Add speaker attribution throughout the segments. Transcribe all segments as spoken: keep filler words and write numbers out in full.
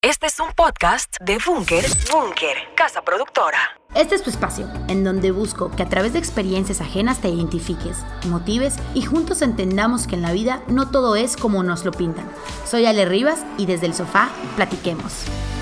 Speaker 1: Este es un podcast de Búnker, Búnker, casa productora.
Speaker 2: Este es tu espacio, en donde busco que a través de experiencias ajenas te identifiques, motives y juntos entendamos que en la vida no todo es como nos lo pintan. Soy Ale Rivas y desde el sofá platiquemos.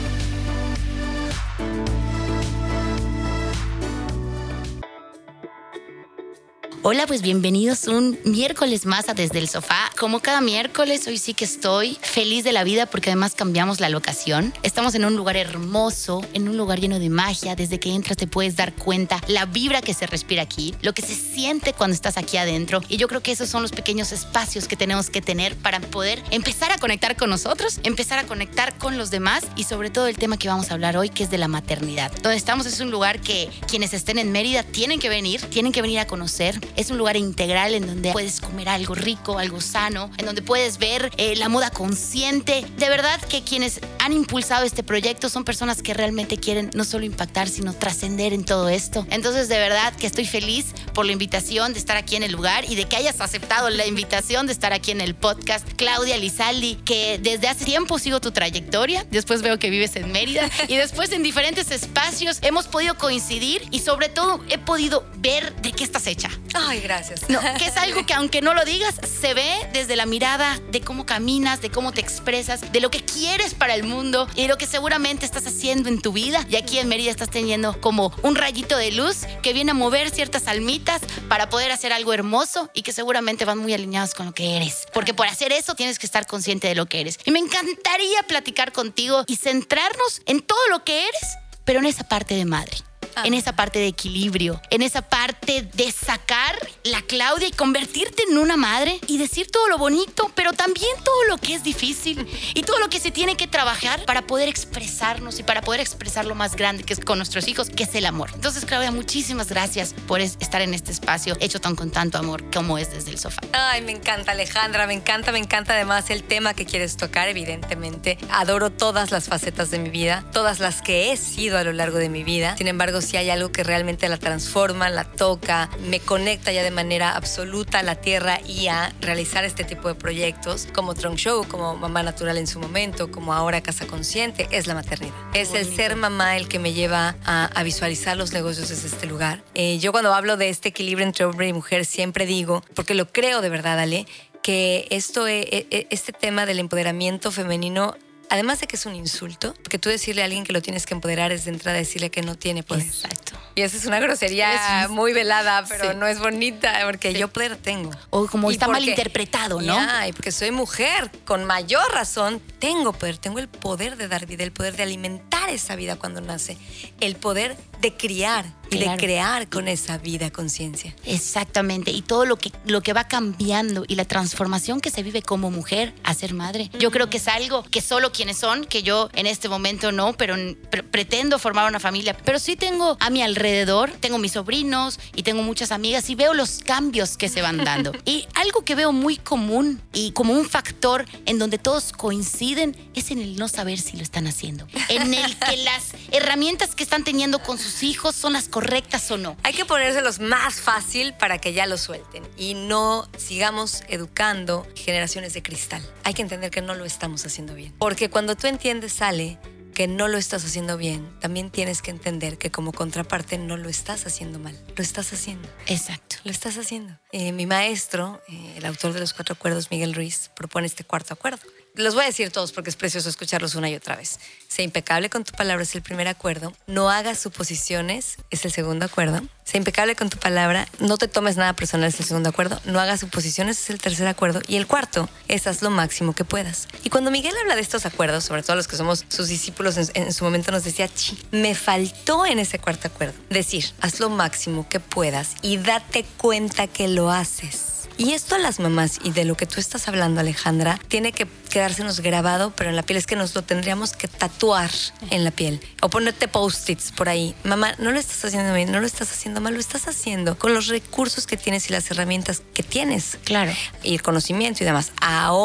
Speaker 2: Hola, pues bienvenidos un miércoles más a Desde el Sofá. Como cada miércoles, hoy sí que estoy feliz de la vida porque además cambiamos la locación. Estamos en un lugar hermoso, en un lugar lleno de magia. Desde que entras te puedes dar cuenta la vibra que se respira aquí, lo que se siente cuando estás aquí adentro. Y yo creo que esos son los pequeños espacios que tenemos que tener para poder empezar a conectar con nosotros, empezar a conectar con los demás y sobre todo el tema que vamos a hablar hoy, que es de la maternidad. Donde estamos es un lugar que quienes estén en Mérida tienen que venir, tienen que venir a conocer. Es un lugar integral en donde puedes comer algo rico, algo sano, en donde puedes ver eh, la moda consciente. De verdad que quienes han impulsado este proyecto son personas que realmente quieren no solo impactar, sino trascender en todo esto. Entonces, de verdad que estoy feliz por la invitación de estar aquí en el lugar y de que hayas aceptado la invitación de estar aquí en el podcast. Claudia Lizaldi, que desde hace tiempo sigo tu trayectoria, después veo que vives en Mérida y después en diferentes espacios hemos podido coincidir y sobre todo he podido ver de qué estás hecha.
Speaker 3: Ay, gracias.
Speaker 2: No, que es algo que aunque no lo digas, se ve desde la mirada de cómo caminas, de cómo te expresas, de lo que quieres para el mundo y de lo que seguramente estás haciendo en tu vida. Y aquí en Mérida estás teniendo como un rayito de luz que viene a mover ciertas almitas para poder hacer algo hermoso y que seguramente van muy alineados con lo que eres. Porque por hacer eso tienes que estar consciente de lo que eres. Y me encantaría platicar contigo y centrarnos en todo lo que eres, pero en esa parte de madre. Ah. En esa parte de equilibrio, en esa parte de sacar la Claudia y convertirte en una madre y decir todo lo bonito, pero también todo lo que es difícil y todo lo que se tiene que trabajar para poder expresarnos y para poder expresar lo más grande que es con nuestros hijos, que es el amor. Entonces, Claudia, muchísimas gracias por estar en este espacio hecho tan con tanto amor como es Desde el Sofá.
Speaker 3: Ay, me encanta, Alejandra, me encanta, me encanta además el tema que quieres tocar, evidentemente. Adoro todas las facetas de mi vida, todas las que he sido a lo largo de mi vida. Sin embargo, si hay algo que realmente la transforma, la toca, me conecta ya de manera absoluta a la tierra y a realizar este tipo de proyectos, como Trunk Show, como Mamá Natural en su momento, como ahora Casa Consciente, es la maternidad. Qué es bonito. El ser mamá el que me lleva a, a visualizar los negocios desde este lugar. Eh, yo cuando hablo de este equilibrio entre hombre y mujer siempre digo, porque lo creo de verdad, Ale, que esto, eh, eh, este tema del empoderamiento femenino, además de que es un insulto, porque tú decirle a alguien que lo tienes que empoderar es de entrada decirle que no tiene poder.
Speaker 2: Exacto.
Speaker 3: Y esa es una grosería es, muy velada, pero
Speaker 2: sí.
Speaker 3: no es bonita, porque sí. Yo poder tengo.
Speaker 2: O como
Speaker 3: y
Speaker 2: está
Speaker 3: porque,
Speaker 2: mal interpretado, ¿no?
Speaker 3: Ya, y porque soy mujer, con mayor razón, tengo poder. Tengo el poder de dar vida, el poder de alimentar esa vida cuando nace, el poder de criar y claro. de crear con esa vida conciencia.
Speaker 2: Exactamente. Y todo lo que, lo que va cambiando y la transformación que se vive como mujer a ser madre. Yo creo que es algo que solo quienes son, que yo en este momento no, pero pre- pretendo formar una familia. Pero sí tengo a mi alrededor, tengo mis sobrinos y tengo muchas amigas y veo los cambios que se van dando. Y algo que veo muy común y como un factor en donde todos coinciden es en el no saber si lo están haciendo. En el que las herramientas que están teniendo con sus hijos son las correctas o no.
Speaker 3: Hay que ponérselos más fácil para que ya lo suelten y no sigamos educando generaciones de cristal. Hay que entender que no lo estamos haciendo bien. Porque cuando tú entiendes, Ale, que no lo estás haciendo bien, también tienes que entender que como contraparte no lo estás haciendo mal. Lo estás haciendo.
Speaker 2: Exacto.
Speaker 3: Lo estás haciendo. Eh, mi maestro, eh, el autor de los cuatro acuerdos, Miguel Ruiz, propone este cuarto acuerdo. Los voy a decir todos porque es precioso escucharlos una y otra vez. Sé impecable con tu palabra es el primer acuerdo. No hagas suposiciones es el segundo acuerdo. Sé impecable con tu palabra. No te tomes nada personal es el segundo acuerdo. No hagas suposiciones es el tercer acuerdo. Y el cuarto es haz lo máximo que puedas. Y cuando Miguel habla de estos acuerdos, sobre todo los que somos sus discípulos, en, en su momento nos decía, chi, me faltó en ese cuarto acuerdo decir, haz lo máximo que puedas y date cuenta que lo haces. Y esto a las mamás y de lo que tú estás hablando, Alejandra, tiene que quedársenos grabado, pero en la piel es que nos lo tendríamos que tatuar en la piel. O ponerte post-its por ahí. Mamá, no lo estás haciendo bien, no lo estás haciendo mal, lo estás haciendo con los recursos que tienes y las herramientas que tienes.
Speaker 2: Claro.
Speaker 3: Y el conocimiento y demás. Ahora,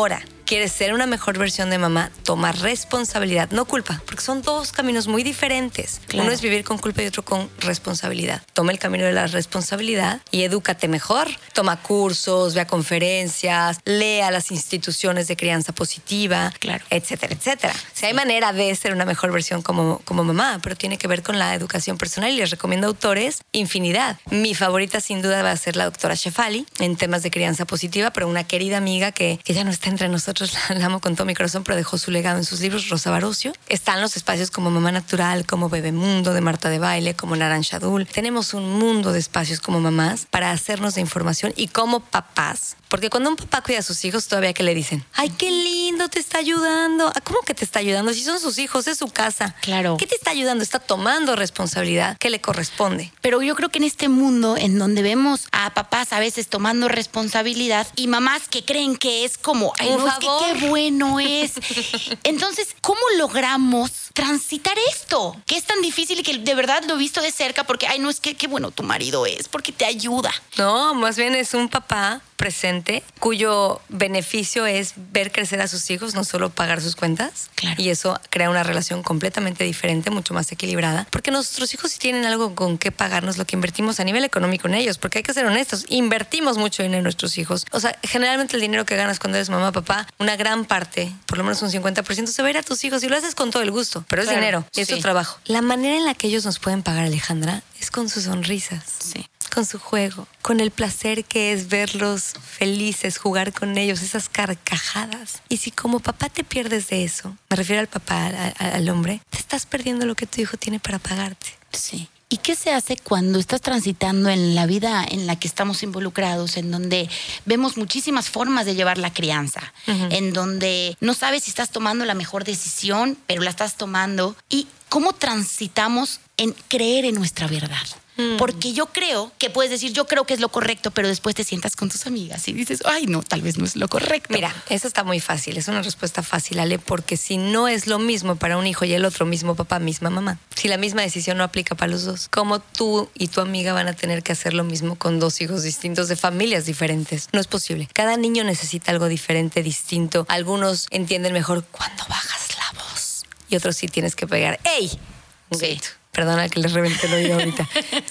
Speaker 3: ¿Quieres ser una mejor versión de mamá? Toma responsabilidad, no culpa, porque son dos caminos muy diferentes. Claro. Uno es vivir con culpa y otro con responsabilidad. Toma el camino de la responsabilidad y edúcate mejor. Toma cursos, ve a conferencias, lea las instituciones de crianza positiva,
Speaker 2: claro.
Speaker 3: etcétera, etcétera. O sea, hay manera de ser una mejor versión como, como mamá, pero tiene que ver con la educación personal y les recomiendo autores infinidad. Mi favorita sin duda va a ser la doctora Shefali en temas de crianza positiva, pero una querida amiga que, que ya no está entre nosotros, la, la amo con todo mi corazón, pero dejó su legado en sus libros, Rosa Barocio. Están los espacios como Mamá Natural, como Bebemundo de Marta de Baile, como Naranja Dul. Tenemos un mundo de espacios como mamás para hacernos de información y como papás. Porque cuando un papá cuida a sus hijos, todavía que le dicen, ay, qué lindo, te está ayudando. ¿Cómo que te está ayudando? Si son sus hijos, es su casa.
Speaker 2: Claro.
Speaker 3: ¿Qué te está ayudando? Está tomando responsabilidad que le corresponde.
Speaker 2: Pero yo creo que en este mundo en donde vemos a papás a veces tomando responsabilidad y mamás que creen que es como, ay,
Speaker 3: un
Speaker 2: no,
Speaker 3: favor.
Speaker 2: es que qué bueno es. Entonces, ¿cómo logramos transitar esto? Que es tan difícil y que de verdad lo he visto de cerca porque, ay, no, es que qué bueno tu marido es, porque te ayuda.
Speaker 3: No, más bien es un papá presente cuyo beneficio es ver crecer a sus hijos, no solo pagar sus cuentas.
Speaker 2: Claro.
Speaker 3: Y eso crea una relación completamente diferente, mucho más equilibrada, porque nuestros hijos sí tienen algo con qué pagarnos lo que invertimos a nivel económico en ellos, porque hay que ser honestos, invertimos mucho dinero en nuestros hijos. O sea, generalmente el dinero que ganas cuando eres mamá, papá, una gran parte, por lo menos un cincuenta por ciento, se va a ir a tus hijos y lo haces con todo el gusto, pero es
Speaker 2: Claro,
Speaker 3: dinero y es
Speaker 2: sí.
Speaker 3: tu trabajo. La manera en la que ellos nos pueden pagar, Alejandra, es con sus sonrisas.
Speaker 2: Sí.
Speaker 3: Con su juego, con el placer que es verlos felices, jugar con ellos, esas carcajadas. Y si como papá te pierdes de eso, me refiero al papá, a, a, al hombre, te estás perdiendo lo que tu hijo tiene para pagarte.
Speaker 2: Sí. ¿Y qué se hace cuando estás transitando en la vida en la que estamos involucrados, en donde vemos muchísimas formas de llevar la crianza, uh-huh. en donde no sabes si estás tomando la mejor decisión, pero la estás tomando? ¿Y cómo transitamos en creer en nuestra verdad? Mm. Porque yo creo que puedes decir, yo creo que es lo correcto, pero después te sientas con tus amigas y dices, ay, no, tal vez no es lo correcto.
Speaker 3: Mira, eso está muy fácil, es una respuesta fácil, Ale, porque si no es lo mismo para un hijo y el otro mismo papá, misma mamá, si la misma decisión no aplica para los dos, ¿cómo tú y tu amiga van a tener que hacer lo mismo con dos hijos distintos de familias diferentes? No es posible. Cada niño necesita algo diferente, distinto. Algunos entienden mejor cuando bajas la voz y otros sí tienes que pegar, ¡ey! Un
Speaker 2: sí.
Speaker 3: grito. Perdona que les reventé el oído ahorita.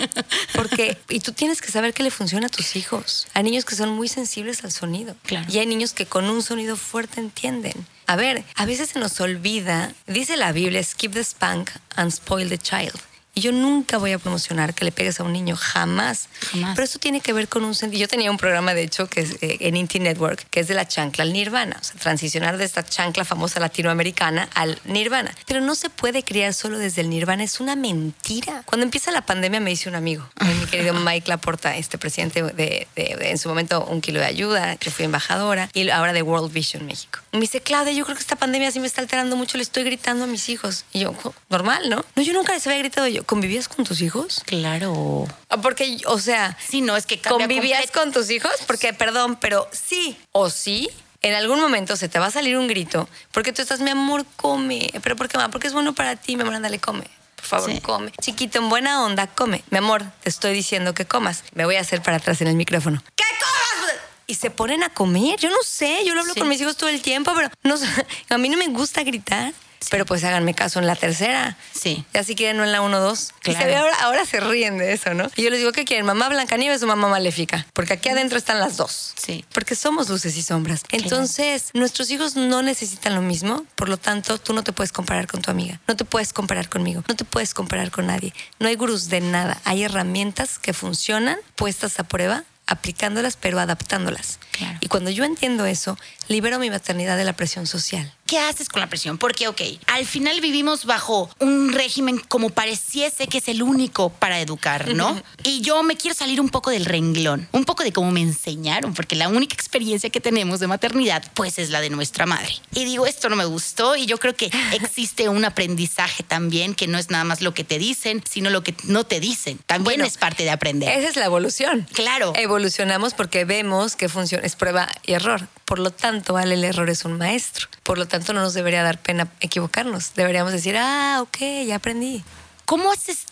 Speaker 3: Porque, y tú tienes que saber qué le funciona a tus hijos. Hay niños que son muy sensibles al sonido.
Speaker 2: Claro.
Speaker 3: Y hay niños que con un sonido fuerte entienden. A ver, a veces se nos olvida, dice la Biblia, skip the spank and spoil the child. Y yo nunca voy a promocionar que le pegues a un niño, jamás.
Speaker 2: Jamás.
Speaker 3: Pero eso tiene que ver con un sentido. Yo tenía un programa, de hecho, que es eh, en Inti Network, que es de la chancla al nirvana. O sea, transicionar de esta chancla famosa latinoamericana al nirvana. Pero no se puede criar solo desde el nirvana, es una mentira. Cuando empieza la pandemia me dice un amigo, mi querido Mike Laporta, este presidente de, de, de, en su momento, Un Kilo de Ayuda, que fui embajadora, y ahora de World Vision México. Me dice, Claudia, yo creo que esta pandemia sí me está alterando mucho, le estoy gritando a mis hijos. Y yo, normal, ¿no? No, yo nunca les había gritado yo. ¿Convivías con tus hijos?
Speaker 2: Claro.
Speaker 3: Porque, o sea,
Speaker 2: sí, no, es que cambia
Speaker 3: ¿convivías
Speaker 2: completo.
Speaker 3: con tus hijos? Porque, perdón, pero sí o sí, en algún momento se te va a salir un grito porque tú estás, mi amor, come. ¿Pero por qué, mamá? Porque es bueno para ti, mi amor, ándale, come. Por favor, sí. come. Chiquito, en buena onda, come. Mi amor, te estoy diciendo que comas. Me voy a hacer para atrás en el micrófono. ¿Qué comas? Y se ponen a comer. Yo no sé, yo lo hablo sí. con mis hijos todo el tiempo, pero no, a mí no me gusta gritar. Sí. Pero pues háganme caso en la tercera.
Speaker 2: Sí.
Speaker 3: Ya si quieren no en la uno, dos.
Speaker 2: Claro.
Speaker 3: Y se ve ahora, ahora se ríen de eso, ¿no? Y yo les digo, ¿qué quieren? ¿Mamá Blancanieves o mamá Maléfica? Porque aquí adentro están las dos.
Speaker 2: Sí.
Speaker 3: Porque somos luces y sombras. Entonces, claro. nuestros hijos no necesitan lo mismo. Por lo tanto, tú no te puedes comparar con tu amiga. No te puedes comparar conmigo. No te puedes comparar con nadie. No hay gurús de nada. Hay herramientas que funcionan, puestas a prueba, aplicándolas, pero adaptándolas.
Speaker 2: Claro.
Speaker 3: Y cuando yo entiendo eso, libero mi maternidad de la presión social.
Speaker 2: ¿Qué haces con la presión? Porque, ok, al final vivimos bajo un régimen como pareciese que es el único para educar, ¿no? Uh-huh. Y yo me quiero salir un poco del renglón, un poco de cómo me enseñaron, porque la única experiencia que tenemos de maternidad, pues es la de nuestra madre. Y digo, esto no me gustó y yo creo que existe un aprendizaje también que no es nada más lo que te dicen, sino lo que no te dicen. También bueno, es parte de aprender.
Speaker 3: Esa es la evolución.
Speaker 2: Claro.
Speaker 3: Evolucionamos porque vemos que funciona, es prueba y error. Por lo tanto, vale, el error es un maestro. Por lo tanto, no nos debería dar pena equivocarnos. Deberíamos decir, ah, ok, ya aprendí.
Speaker 2: ¿Cómo haces tú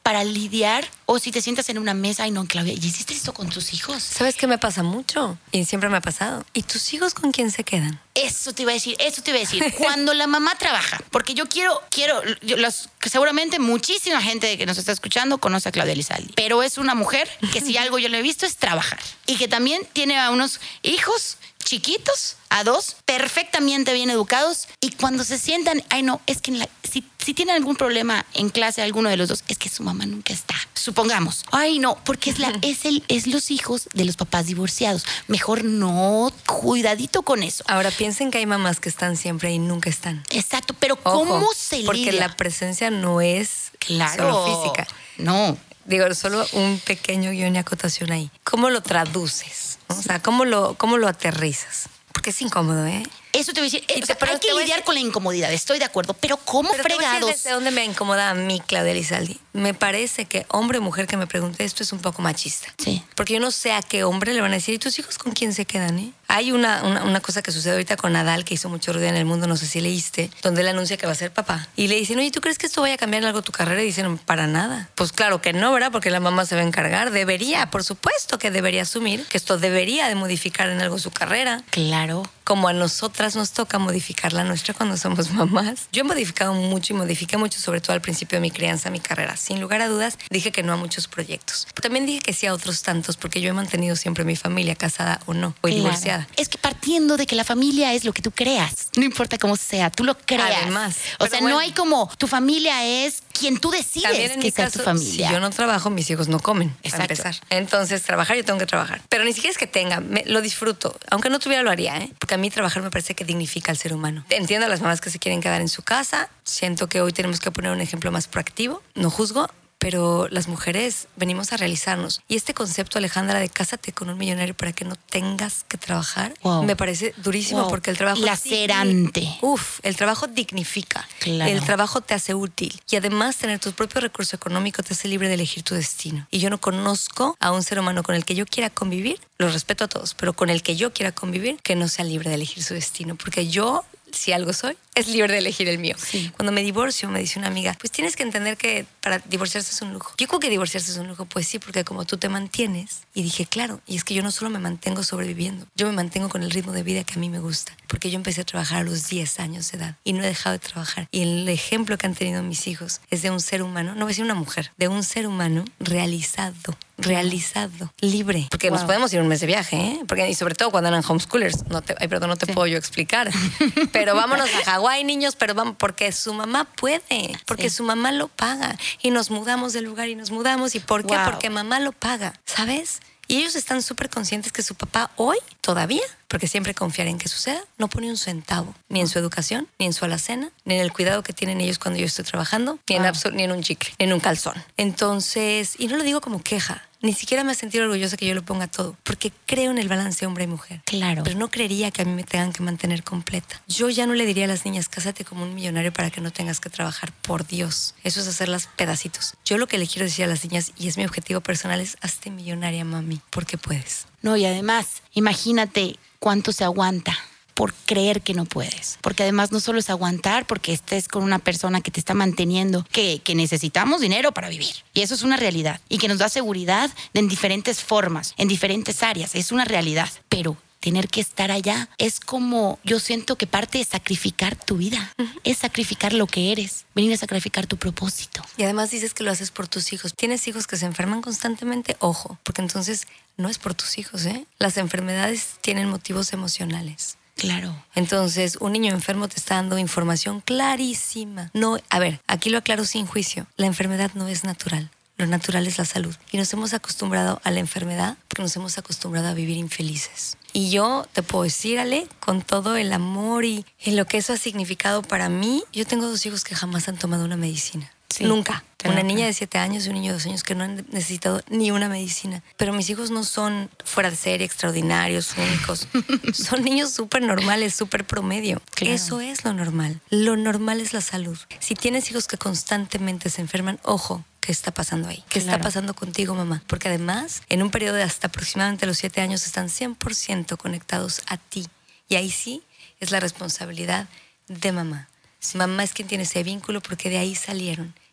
Speaker 2: para lidiar, o si te sientas en una mesa, ay no, Claudia, ¿y hiciste esto con tus hijos?
Speaker 3: ¿Sabes qué me pasa mucho? Y siempre me ha pasado. ¿Y tus hijos con quién se quedan?
Speaker 2: Eso te iba a decir, eso te iba a decir. Cuando la mamá trabaja, porque yo quiero, quiero, yo, los, que seguramente muchísima gente que nos está escuchando conoce a Claudia Elizalde, pero es una mujer que si algo yo le he visto es trabajar y que también tiene a unos hijos chiquitos, a dos, perfectamente bien educados, y cuando se sientan, ay no, es que en la, si, si tienen algún problema en clase alguno de los dos, es que su mamá nunca está. Supongamos, ay no, porque es la es el es los hijos de los papás divorciados. Mejor no, cuidadito con eso.
Speaker 3: Ahora piensen que hay mamás que están siempre y nunca están.
Speaker 2: Exacto, pero
Speaker 3: Ojo,
Speaker 2: ¿cómo se
Speaker 3: porque
Speaker 2: lidia?
Speaker 3: la presencia no es
Speaker 2: Claro.
Speaker 3: solo física.
Speaker 2: No.
Speaker 3: Digo, solo un pequeño guión y acotación ahí. ¿Cómo lo traduces? ¿No? O sea, ¿cómo lo, cómo lo aterrizas? Porque es incómodo, ¿eh?
Speaker 2: Eso te voy a decir, eh,
Speaker 3: Y
Speaker 2: o sea,
Speaker 3: te- pero
Speaker 2: hay
Speaker 3: te
Speaker 2: que
Speaker 3: voy a
Speaker 2: lidiar
Speaker 3: decir-
Speaker 2: con la incomodidad, estoy de acuerdo, pero ¿cómo
Speaker 3: Pero te voy a decir
Speaker 2: fregados?
Speaker 3: desde dónde me incomoda a mí, Claudia Elizalde. Me parece que hombre o mujer que me pregunte esto es un poco machista.
Speaker 2: Sí.
Speaker 3: Porque yo no sé a qué hombre le van a decir, ¿y tus hijos con quién se quedan? Eh? Hay una, una, una cosa que sucede ahorita con Nadal, que hizo mucho ruido en el mundo, no sé si leíste, donde él anuncia que va a ser papá. Y le dicen, oye, ¿tú crees que esto vaya a cambiar en algo tu carrera? Y dicen, para nada. Pues claro que no, ¿verdad? Porque la mamá se va a encargar. Debería, por supuesto que debería asumir que esto debería de modificar en algo su carrera.
Speaker 2: Claro.
Speaker 3: Como a nosotras nos toca modificar la nuestra cuando somos mamás. Yo he modificado mucho y modifiqué mucho, sobre todo al principio de mi crianza, mi carrera. Sin lugar a dudas, dije que no a muchos proyectos. También dije que sí a otros tantos, porque yo he mantenido siempre mi familia, casada o no, o
Speaker 2: Claro.
Speaker 3: divorciada.
Speaker 2: Es que partiendo de que la familia es lo que tú creas, no importa cómo sea, tú lo creas.
Speaker 3: Además,
Speaker 2: o
Speaker 3: pero
Speaker 2: sea,
Speaker 3: bueno.
Speaker 2: no hay como tu familia es quien tú decides
Speaker 3: También en
Speaker 2: que
Speaker 3: mi
Speaker 2: sea
Speaker 3: caso,
Speaker 2: tu familia.
Speaker 3: si yo no trabajo, mis hijos no comen, para
Speaker 2: Exacto.
Speaker 3: empezar. Entonces, trabajar, yo tengo que trabajar. Pero ni siquiera es que tenga, me- lo disfruto. Aunque no tuviera, lo haría, ¿eh? Porque a mí trabajar me parece que dignifica al ser humano. Entiendo a las mamás que se quieren quedar en su casa. Siento que hoy tenemos que poner un ejemplo más proactivo. No juzgo, pero las mujeres venimos a realizarnos. Y este concepto, Alejandra, de cásate con un millonario para que no tengas que trabajar,
Speaker 2: Wow.
Speaker 3: me parece durísimo
Speaker 2: Wow.
Speaker 3: porque el trabajo...
Speaker 2: Lacerante.
Speaker 3: digni- Uf, el trabajo dignifica.
Speaker 2: Claro.
Speaker 3: El trabajo te hace útil. Y además tener tu propio recurso económico te hace libre de elegir tu destino. Y yo no conozco a un ser humano con el que yo quiera convivir, los respeto a todos, pero con el que yo quiera convivir, que no sea libre de elegir su destino. Porque yo, si algo soy, es libre de elegir el mío.
Speaker 2: Sí.
Speaker 3: Cuando me divorcio, me dice una amiga, pues tienes que entender que para divorciarse es un lujo. Yo creo que divorciarse es un lujo, pues sí, porque como tú te mantienes. Y dije, claro, y es que yo no solo me mantengo sobreviviendo, yo me mantengo con el ritmo de vida que a mí me gusta. Porque yo empecé a trabajar a los diez años de edad y no he dejado de trabajar. Y el ejemplo que han tenido mis hijos es de un ser humano, no voy a decir una mujer, de un ser humano realizado. Realizado, libre. Porque nos
Speaker 2: Wow.
Speaker 3: podemos ir un mes de viaje, ¿eh? Porque, y sobre todo cuando eran homeschoolers. No te, ay, perdón, no te
Speaker 2: Sí.
Speaker 3: puedo yo explicar. Pero vámonos a Hawái, niños, pero vamos, porque su mamá puede, porque
Speaker 2: Sí.
Speaker 3: su mamá lo paga. Y nos mudamos del lugar y nos mudamos. ¿Y por qué?
Speaker 2: Wow.
Speaker 3: Porque mamá lo paga, ¿sabes? Y ellos están súper conscientes que su papá hoy, todavía, porque siempre confiar en que suceda, no pone un centavo, ni en su educación, ni en su alacena, ni en el cuidado que tienen ellos cuando yo estoy trabajando, ni en,
Speaker 2: Wow.
Speaker 3: absol- ni en un chicle, ni en un calzón. Entonces, y no lo digo como queja, ni siquiera me he sentido orgullosa que yo lo ponga todo, porque creo en el balance hombre y mujer.
Speaker 2: Claro.
Speaker 3: Pero no creería que a mí me tengan que mantener completa. Yo ya no le diría a las niñas, cásate como un millonario para que no tengas que trabajar, por Dios. Eso es hacerlas pedacitos. Yo lo que le quiero decir a las niñas, y es mi objetivo personal, es hazte millonaria, mami, porque puedes.
Speaker 2: No, y además, imagínate cuánto se aguanta por creer que no puedes. Porque además no solo es aguantar porque estés con una persona que te está manteniendo, que, que necesitamos dinero para vivir. Y eso es una realidad. Y que nos da seguridad en diferentes formas, en diferentes áreas. Es una realidad. Pero tener que estar allá es como, yo siento que parte de sacrificar tu vida. Es sacrificar lo que eres. Venir a sacrificar tu propósito.
Speaker 3: Y además dices que lo haces por tus hijos. ¿Tienes hijos que se enferman constantemente? Ojo, porque entonces no es por tus hijos, ¿eh? Las enfermedades tienen motivos emocionales.
Speaker 2: Claro.
Speaker 3: Entonces, un niño enfermo te está dando información clarísima. No, a ver, aquí lo aclaro sin juicio. La enfermedad no es natural. Lo natural es la salud. Y nos hemos acostumbrado a la enfermedad porque nos hemos acostumbrado a vivir infelices. Y yo te puedo decir, Ale, con todo el amor y, y lo que eso ha significado para mí, yo tengo dos hijos que jamás han tomado una medicina.
Speaker 2: Sí,
Speaker 3: Nunca.
Speaker 2: te
Speaker 3: Una
Speaker 2: lo
Speaker 3: niña
Speaker 2: creo.
Speaker 3: de siete años y un niño de dos años que no han necesitado ni una medicina. Pero mis hijos no son fuera de serie, extraordinarios, únicos. Son niños súper normales, súper promedio.
Speaker 2: Claro.
Speaker 3: Eso es lo normal. Lo normal es la salud. Si tienes hijos que constantemente se enferman, ojo, ¿qué está pasando ahí? ¿Qué está
Speaker 2: Claro.
Speaker 3: pasando contigo, mamá? Porque además, en un periodo de hasta aproximadamente los siete años, están cien por ciento conectados a ti. Y ahí sí es la responsabilidad de mamá. Mamá es quien tiene ese vínculo porque de ahí salieron.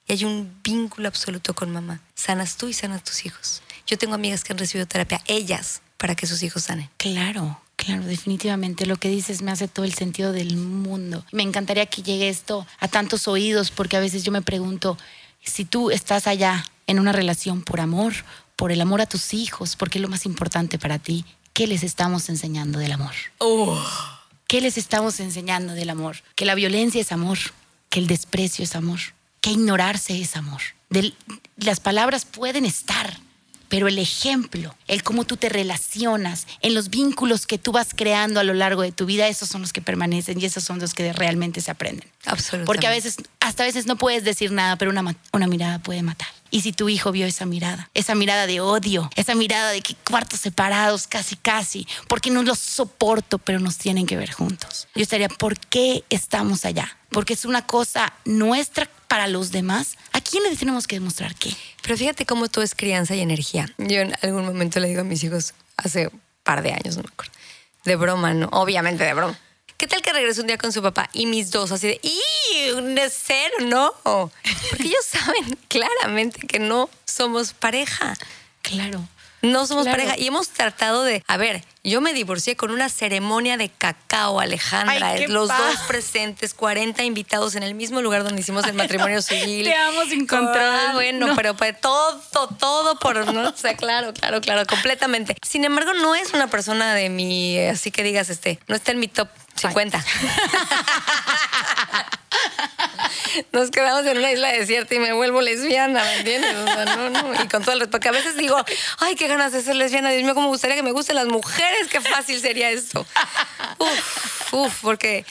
Speaker 3: y hay un vínculo absoluto con mamá. Sanas tú y sanas tus hijos. Yo tengo amigas que han recibido terapia, ellas, para que sus hijos sanen.
Speaker 2: Claro, claro, definitivamente. Lo que dices me hace todo el sentido del mundo. Me encantaría que llegue esto a tantos oídos, porque a veces yo me pregunto, si tú estás allá en una relación por amor, por el amor a tus hijos, porque es lo más importante para ti, ¿qué les estamos enseñando del amor?
Speaker 3: Oh.
Speaker 2: ¿Qué les estamos enseñando del amor? Que la violencia es amor, que el desprecio es amor, que ignorarse es amor. Del, las palabras pueden estar, pero el ejemplo, el cómo tú te relacionas, en los vínculos que tú vas creando a lo largo de tu vida, esos son los que permanecen y esos son los que realmente se aprenden.
Speaker 3: Absolutamente.
Speaker 2: Porque a veces, hasta a veces no puedes decir nada, pero una, una mirada puede matar. Y si tu hijo vio esa mirada, esa mirada de odio, esa mirada de que cuartos separados, casi, casi, porque no los soporto, pero nos tienen que ver juntos. Yo estaría, ¿por qué estamos allá? Porque es una cosa nuestra para los demás. ¿A quién le tenemos que demostrar qué?
Speaker 3: Pero fíjate cómo todo es crianza y energía. Yo en algún momento le digo a mis hijos, hace un par de años, no me acuerdo, de broma, ¿no? Obviamente de broma. ¿Qué tal que regreso un día con su papá y mis dos así de, ¡y! Un de cero, no. Porque ellos saben claramente que no somos pareja.
Speaker 2: Claro.
Speaker 3: No somos
Speaker 2: Claro.
Speaker 3: pareja. Y hemos tratado de, a ver, yo me divorcié con una ceremonia de cacao, Alejandra.
Speaker 2: Ay, qué
Speaker 3: los
Speaker 2: pa-
Speaker 3: dos presentes, cuarenta invitados en el mismo lugar donde hicimos el matrimonio civil.
Speaker 2: Te amo sin control.
Speaker 3: Ah, bueno,
Speaker 2: No.
Speaker 3: pero pues, todo, todo por, ¿no? O sea, claro, claro, claro, completamente. Sin embargo, no es una persona de mi, eh, así que digas, este, no está en mi top cincuenta. Nos quedamos en una isla desierta y me vuelvo lesbiana, ¿me entiendes? O sea, no, no. Y con todo el respeto, porque a veces digo, ay, qué ganas de ser lesbiana. Dios mío, cómo me gustaría que me gusten las mujeres. Qué fácil sería esto. Uf, uf, porque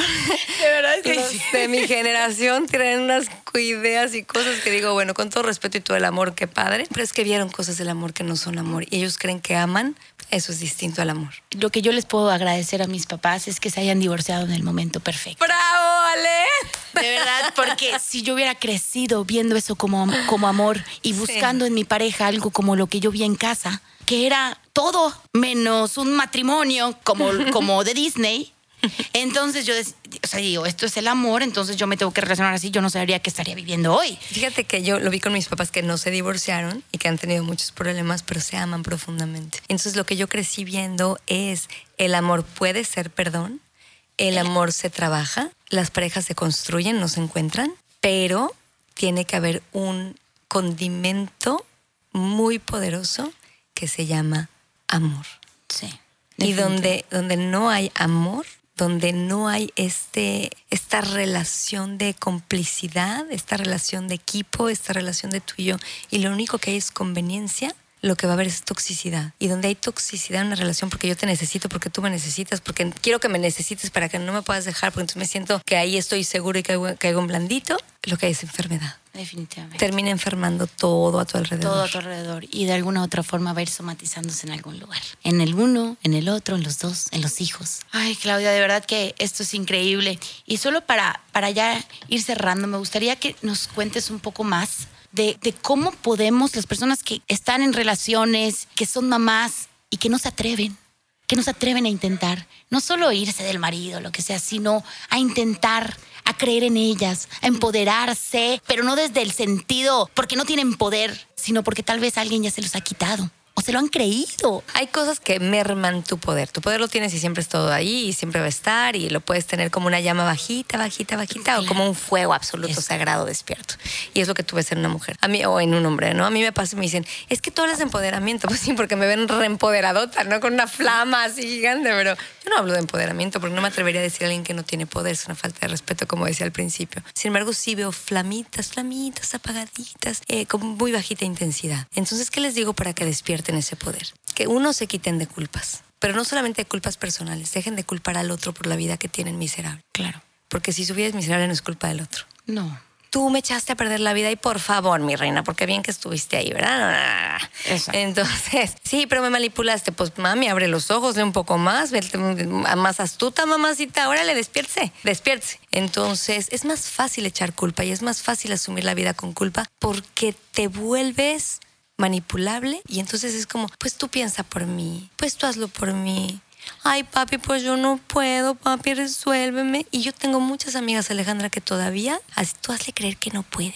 Speaker 2: De verdad que
Speaker 3: los
Speaker 2: sí.
Speaker 3: de mi generación tienen unas ideas y cosas que digo, bueno, con todo respeto y todo el amor, qué padre. Pero es que vieron cosas del amor que no son amor y ellos creen que aman. Eso es distinto al amor.
Speaker 2: Lo que yo les puedo agradecer a mis papás es que se hayan divorciado en el momento perfecto.
Speaker 3: ¡Bravo, Ale!
Speaker 2: De verdad, porque si yo hubiera crecido viendo eso como, como amor y buscando
Speaker 3: Sí.
Speaker 2: en mi pareja algo como lo que yo vi en casa, que era todo menos un matrimonio como, como de Disney, entonces yo dec- o sea, digo, esto es el amor, entonces yo me tengo que relacionar así, yo no sabría qué estaría viviendo hoy.
Speaker 3: Fíjate que yo lo vi con mis papás que no se divorciaron y que han tenido muchos problemas, pero se aman profundamente. Entonces lo que yo crecí viendo es el amor puede ser perdón, el amor se trabaja, las parejas se construyen, no se encuentran, pero tiene que haber un condimento muy poderoso que se llama amor.
Speaker 2: Sí.
Speaker 3: Y donde, donde no hay amor, donde no hay este, esta relación de complicidad, esta relación de equipo, esta relación de tú y yo, y lo único que hay es conveniencia, lo que va a haber es toxicidad. Y donde hay toxicidad en una relación, porque yo te necesito, porque tú me necesitas, porque quiero que me necesites para que no me puedas dejar, porque entonces me siento que ahí estoy seguro y caigo, caigo en blandito, lo que hay es enfermedad.
Speaker 2: Definitivamente.
Speaker 3: Termina enfermando todo a tu alrededor.
Speaker 2: Todo a tu alrededor y de alguna u otra forma va a ir somatizándose en algún lugar. En el uno, en el otro, en los dos, en los hijos. Ay, Claudia, de verdad que esto es increíble. Y solo para, para ya ir cerrando, me gustaría que nos cuentes un poco más de, de cómo podemos, las personas que están en relaciones, que son mamás y que no se atreven, que no se atreven a intentar, no solo irse del marido, lo que sea, sino a intentar, a creer en ellas, a empoderarse, pero no desde el sentido porque no tienen poder, sino porque tal vez alguien ya se los ha quitado o se lo han creído.
Speaker 3: Hay cosas que merman tu poder. Tu poder lo tienes y siempre es todo ahí y siempre va a estar y lo puedes tener como una llama bajita, bajita, bajita
Speaker 2: Claro.
Speaker 3: o como un fuego absoluto,
Speaker 2: Eso.
Speaker 3: sagrado, despierto. Y es lo que tú ves en una mujer. A mí, o en un hombre, ¿no? A mí me pasa y me dicen, es que tú hablas de empoderamiento. Pues sí, porque me ven reempoderadota, ¿no? Con una flama así gigante, pero yo no hablo de empoderamiento porque no me atrevería a decir a alguien que no tiene poder. Es una falta de respeto, como decía al principio. Sin embargo, sí veo flamitas, flamitas, apagaditas, eh, con muy bajita intensidad. Entonces, ¿qué les digo para que despierten ese poder? Que uno se quiten de culpas, pero no solamente de culpas personales, dejen de culpar al otro por la vida que tienen miserable.
Speaker 2: Claro.
Speaker 3: Porque si su vida es miserable no es culpa del otro.
Speaker 2: No.
Speaker 3: Tú me echaste a perder la vida y por favor, mi reina, porque bien que estuviste ahí, ¿verdad?
Speaker 2: Exacto.
Speaker 3: Entonces, sí, pero me manipulaste. Pues mami, abre los ojos, lee un poco más, vete más astuta, mamacita. Órale, despiértese, despiértese. Entonces, es más fácil echar culpa y es más fácil asumir la vida con culpa porque te vuelves manipulable y entonces es como, pues tú piensa por mí, pues tú hazlo por mí. Ay, papi, pues yo no puedo, papi, resuélveme. Y yo tengo muchas amigas, Alejandra, que todavía, así, tú hazle creer que no puedes.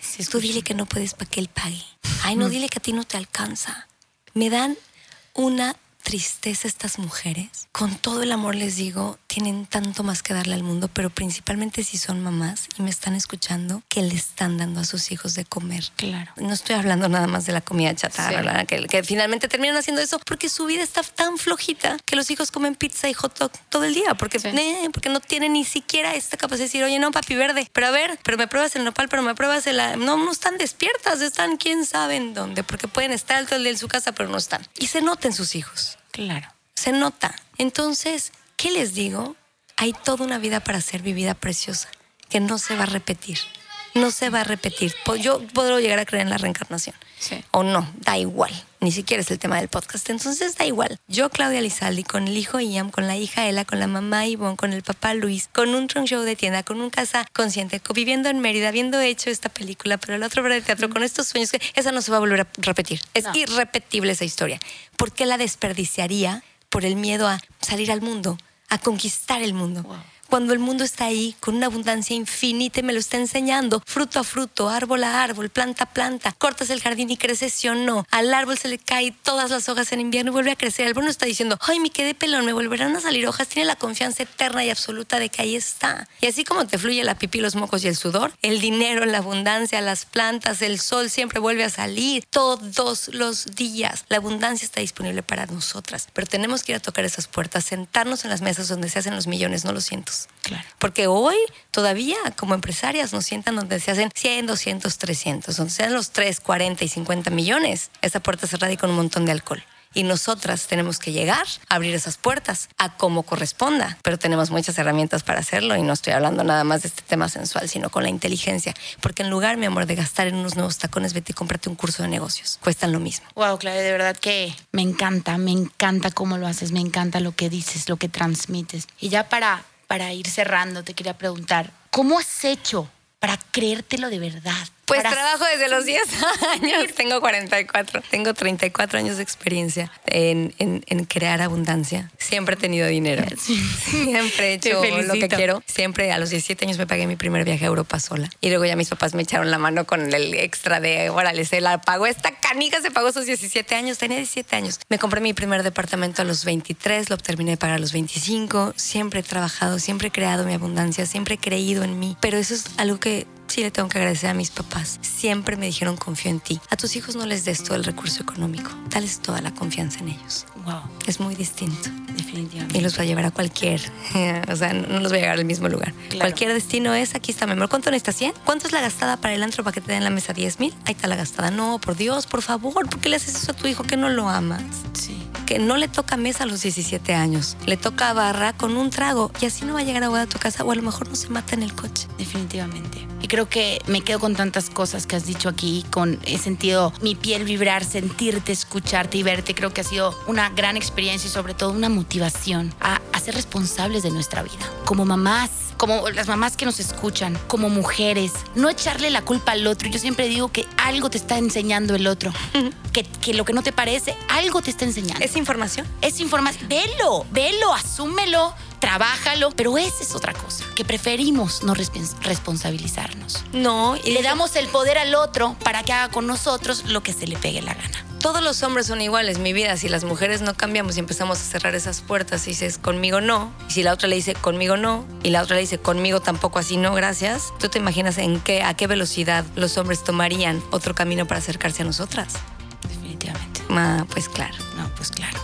Speaker 2: Sí,
Speaker 3: tú dile que no puedes para que él pague. Ay, no, dile que a ti no te alcanza. Me dan una tristeza estas mujeres. Con todo el amor les digo, tienen tanto más que darle al mundo, pero principalmente si son mamás y me están escuchando, que le están dando a sus hijos de comer.
Speaker 2: Claro.
Speaker 3: No estoy hablando nada más de la comida chatarra,
Speaker 2: Sí.
Speaker 3: ¿verdad? Que, que finalmente terminan haciendo eso porque su vida está tan flojita que los hijos comen pizza y hot dog todo el día porque,
Speaker 2: Sí.
Speaker 3: eh, porque no tienen ni siquiera esta capacidad de decir, oye, no, papi verde, pero a ver, pero me pruebas el nopal, pero me pruebas el... No, no están despiertas, están quién sabe en dónde, porque pueden estar todo el día en su casa, pero no están. Y se nota en sus hijos.
Speaker 2: Claro.
Speaker 3: Se nota. Entonces, ¿qué les digo? Hay toda una vida para ser vivida preciosa, que no se va a repetir. No se va a repetir. Po- Yo puedo llegar a creer en la reencarnación.
Speaker 2: Sí.
Speaker 3: O no, da igual. Ni siquiera es el tema del podcast. Entonces da igual. Yo, Claudia Lizaldi, con el hijo Ian, con la hija Ela, con la mamá Ivonne, con el papá Luis, con un trunk show de tienda, con un casa consciente, co- viviendo en Mérida, habiendo hecho esta película, pero la otra obra de teatro, con estos sueños, que esa no se va a volver a repetir. Es
Speaker 2: No.
Speaker 3: irrepetible esa historia. ¿Por qué la desperdiciaría por el miedo a salir al mundo, a conquistar el mundo?
Speaker 2: Wow.
Speaker 3: Cuando el mundo está ahí con una abundancia infinita y me lo está enseñando, fruto a fruto, árbol a árbol, planta a planta. Cortas el jardín y crece, sí o no. Al árbol se le caen todas las hojas en invierno y vuelve a crecer. El árbol no está diciendo, ay, me quedé pelón, me volverán a salir hojas. Tiene la confianza eterna y absoluta de que ahí está. Y así como te fluye la pipí, los mocos y el sudor, el dinero, la abundancia, las plantas, el sol siempre vuelve a salir todos los días. La abundancia está disponible para nosotras, pero tenemos que ir a tocar esas puertas, sentarnos en las mesas donde se hacen los millones, no los cientos.
Speaker 2: Claro.
Speaker 3: Porque hoy todavía como empresarias nos sientan donde se hacen cien, doscientos, trescientos, donde se hacen los tres, cuarenta y cincuenta millones. Esa puerta cerrada y con un montón de alcohol. Y nosotras tenemos que llegar a abrir esas puertas a como corresponda. Pero tenemos muchas herramientas para hacerlo y no estoy hablando nada más de este tema sensual, sino con la inteligencia. Porque en lugar, mi amor, de gastar en unos nuevos tacones, vete y cómprate un curso de negocios. Cuestan lo mismo.
Speaker 2: Wow, Claudia, de verdad que me encanta, me encanta cómo lo haces, me encanta lo que dices, lo que transmites. Y ya para, para ir cerrando, te quería preguntar, ¿cómo has hecho para creértelo de verdad?
Speaker 3: Pues
Speaker 2: Para-
Speaker 3: trabajo desde los diez años, tengo cuarenta y cuatro, tengo treinta y cuatro años de experiencia en, en, en crear abundancia. Siempre he tenido dinero, siempre he
Speaker 2: Te
Speaker 3: hecho lo que
Speaker 2: felicito.
Speaker 3: quiero. Siempre a los diecisiete años me pagué mi primer viaje a Europa sola. Y luego ya mis papás me echaron la mano con el extra de, órale, se la pagó esta canija, se pagó sus diecisiete años, tenía diecisiete años. Me compré mi primer departamento a los veintitrés, lo terminé de pagar a los veinticinco. Siempre he trabajado, siempre he creado mi abundancia, siempre he creído en mí. Pero eso es algo que sí le tengo que agradecer a mis papás. Siempre me dijeron, confío en ti. A tus hijos no les des todo el recurso económico. Dales toda la confianza en ellos.
Speaker 2: Wow,
Speaker 3: Es muy distinto.
Speaker 2: definitivamente.
Speaker 3: Y los va a llevar a cualquier, o sea, no los va a llevar al mismo lugar.
Speaker 2: Claro.
Speaker 3: Cualquier destino es, aquí está, mi amor. ¿Cuánto necesitas? ¿cien? ¿Cuánto es la gastada para el antro para que te den la mesa? ¿diez mil? Ahí está la gastada. No, por Dios, por favor, ¿por qué le haces eso a tu hijo que no lo amas?
Speaker 2: Sí.
Speaker 3: Que no le toca mesa a los diecisiete años. Le toca barra con un trago y así no va a llegar a a tu casa o a lo mejor no se mata en el coche.
Speaker 2: Definitivamente. Y creo que me quedo con tantas cosas que has dicho aquí, con he sentido mi piel vibrar, sentirte, escucharte y verte. Creo que ha sido una gran experiencia y sobre todo una motivación a, a ser responsables de nuestra vida. Como mamás, como las mamás que nos escuchan, como mujeres, no echarle la culpa al otro. Yo siempre digo que algo te está enseñando el otro, que, que lo que no te parece, algo te está enseñando.
Speaker 3: ¿Es información?
Speaker 2: Es información. Velo, velo, asúmelo, trabájalo. Pero esa es otra cosa, que preferimos no respons- responsabilizarnos.
Speaker 3: No.
Speaker 2: Y le damos el poder al otro para que haga con nosotros lo que se le pegue la gana.
Speaker 3: Todos los hombres son iguales, mi vida. Si las mujeres no cambiamos y empezamos a cerrar esas puertas y dices, conmigo no. Y si la otra le dice, conmigo no. Y la otra le dice, conmigo tampoco, así no, gracias. ¿Tú te imaginas en qué, a qué velocidad los hombres tomarían otro camino para acercarse a nosotras?
Speaker 2: Definitivamente.
Speaker 3: Ah, pues claro.
Speaker 2: No, pues claro.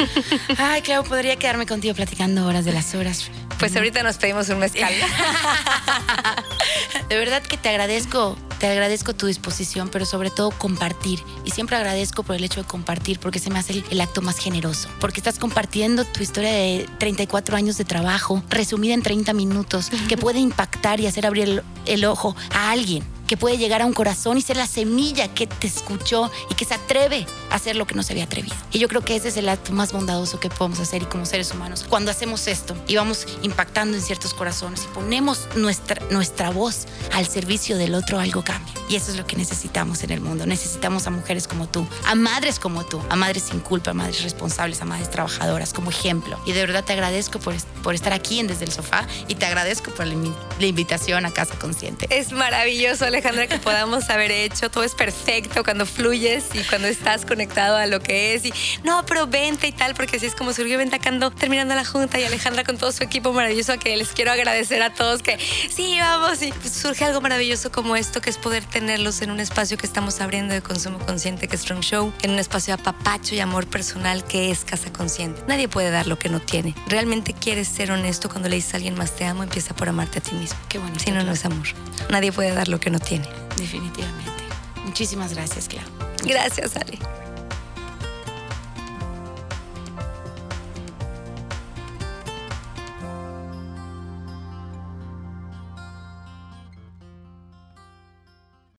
Speaker 2: Ay, claro, podría quedarme contigo platicando horas de las horas.
Speaker 3: Pues ahorita nos pedimos un mezcal.
Speaker 2: De verdad que te agradezco, te agradezco tu disposición, pero sobre todo compartir. Y siempre agradezco por el hecho de compartir, porque se me hace el, el acto más generoso. Porque estás compartiendo tu historia de treinta y cuatro años de trabajo, resumida en treinta minutos, que puede impactar y hacer abrir el, el ojo a alguien, que puede llegar a un corazón y ser la semilla que te escuchó y que se atreve a hacer lo que no se había atrevido. Y yo creo que ese es el acto más bondadoso que podemos hacer y como seres humanos. Cuando hacemos esto y vamos impactando en ciertos corazones y ponemos nuestra, nuestra voz al servicio del otro, algo cambia. Y eso es lo que necesitamos en el mundo. Necesitamos a mujeres como tú, a madres como tú, a madres sin culpa, a madres responsables, a madres trabajadoras como ejemplo. Y de verdad te agradezco por, por estar aquí en Desde el Sofá y te agradezco por la, la invitación a Casa Consciente.
Speaker 3: Es maravilloso, Alejandra, que podamos haber hecho. Todo es perfecto cuando fluyes y cuando estás conectado a lo que es. Y no, pero vente y tal, porque así es como surgió Ventacando terminando la junta y Alejandra con todo su equipo maravilloso, a que les quiero agradecer a todos que sí, vamos. Y surge algo maravilloso como esto, que es poder tenerlos en un espacio que estamos abriendo de consumo consciente, que es Strong Show, en un espacio de apapacho y amor personal que es Casa Consciente. Nadie puede dar lo que no tiene. Realmente quieres ser honesto cuando le dices a alguien más te amo, empieza por amarte a ti mismo.
Speaker 2: Qué bonito.
Speaker 3: Si no, no es amor. Nadie puede dar lo que no tiene.
Speaker 2: Definitivamente. Muchísimas gracias, Clau.
Speaker 3: Gracias, Ale.